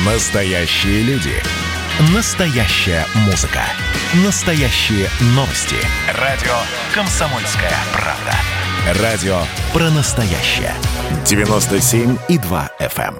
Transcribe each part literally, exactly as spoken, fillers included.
Настоящие люди. Настоящая музыка. Настоящие новости. Радио «Комсомольская правда». Радио про настоящее. девяносто семь и два эф эм.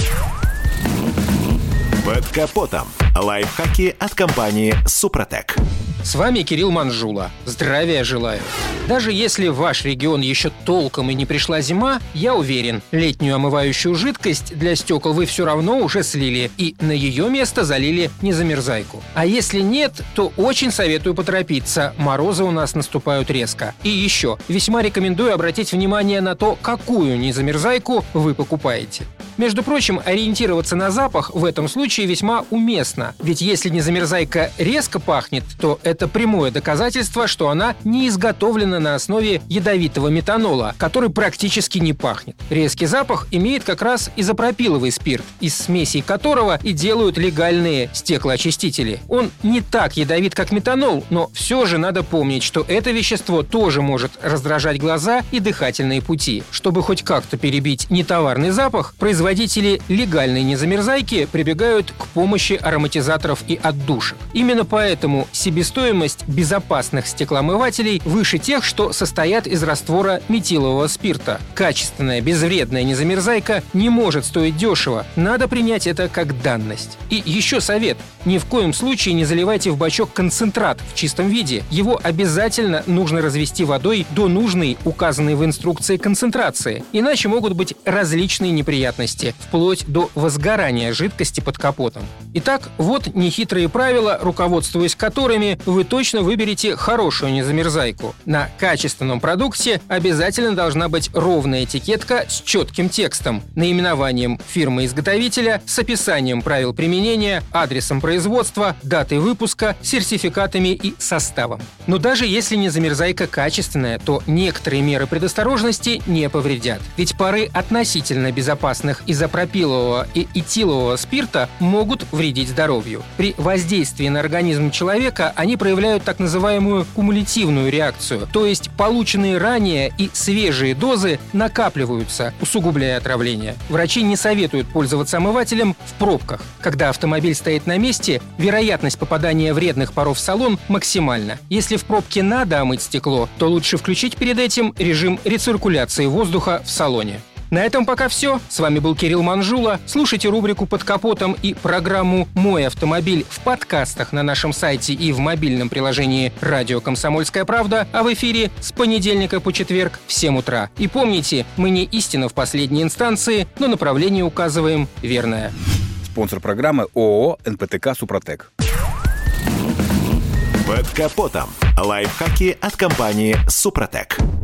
Под капотом. Лайфхаки от компании «Супротек». С вами Кирилл Манжула. Здравия желаю. Даже если в ваш регион еще толком и не пришла зима, я уверен, летнюю омывающую жидкость для стекол вы все равно уже слили и на ее место залили незамерзайку. А если нет, то очень советую поторопиться. Морозы у нас наступают резко. И еще, весьма рекомендую обратить внимание на то, какую незамерзайку вы покупаете. Между прочим, ориентироваться на запах в этом случае весьма уместно. Ведь если незамерзайка резко пахнет, то это прямое доказательство, что она не изготовлена на основе ядовитого метанола, который практически не пахнет. Резкий запах имеет как раз изопропиловый спирт, из смесей которого и делают легальные стеклоочистители. Он не так ядовит, как метанол, но все же надо помнить, что это вещество тоже может раздражать глаза и дыхательные пути. Чтобы хоть как-то перебить нетоварный запах, производители легальной незамерзайки прибегают к помощи ароматизаторов и отдушек. Именно поэтому себестоимость безопасных стеклоомывателей выше тех, что состоят из раствора метилового спирта. Качественная, безвредная незамерзайка не может стоить дешево. Надо принять это как данность. И еще совет. Ни в коем случае не заливайте в бачок концентрат в чистом виде. Его обязательно нужно развести водой до нужной, указанной в инструкции концентрации. Иначе могут быть различные неприятности, вплоть до возгорания жидкости под капотом. Итак, вот нехитрые правила, руководствуясь которыми вы точно выберете хорошую незамерзайку. На качественном продукте обязательно должна быть ровная этикетка с четким текстом, наименованием фирмы-изготовителя, с описанием правил применения, адресом производства, датой выпуска, сертификатами и составом. Но даже если незамерзайка качественная, то некоторые меры предосторожности не повредят. Ведь пары относительно безопасных изопропилового и этилового спирта могут вредить здоровью. При воздействии на организм человека они проявляют так называемую кумулятивную реакцию, то есть полученные ранее и свежие дозы накапливаются, усугубляя отравление. Врачи не советуют пользоваться омывателем в пробках. Когда автомобиль стоит на месте, вероятность попадания вредных паров в салон максимальна. Если в пробке надо омыть стекло, то лучше включить перед этим режим рециркуляции воздуха в салоне. На этом пока все. С вами был Кирилл Манжула. Слушайте рубрику «Под капотом» и программу «Мой автомобиль» в подкастах на нашем сайте и в мобильном приложении «Радио Комсомольская правда», а в эфире с понедельника по четверг в семь утра. И помните, мы не истина в последней инстанции, но направление указываем верное. Спонсор программы ООО эн пэ тэ ка «Супротек». Под капотом. Лайфхаки от компании «Супротек».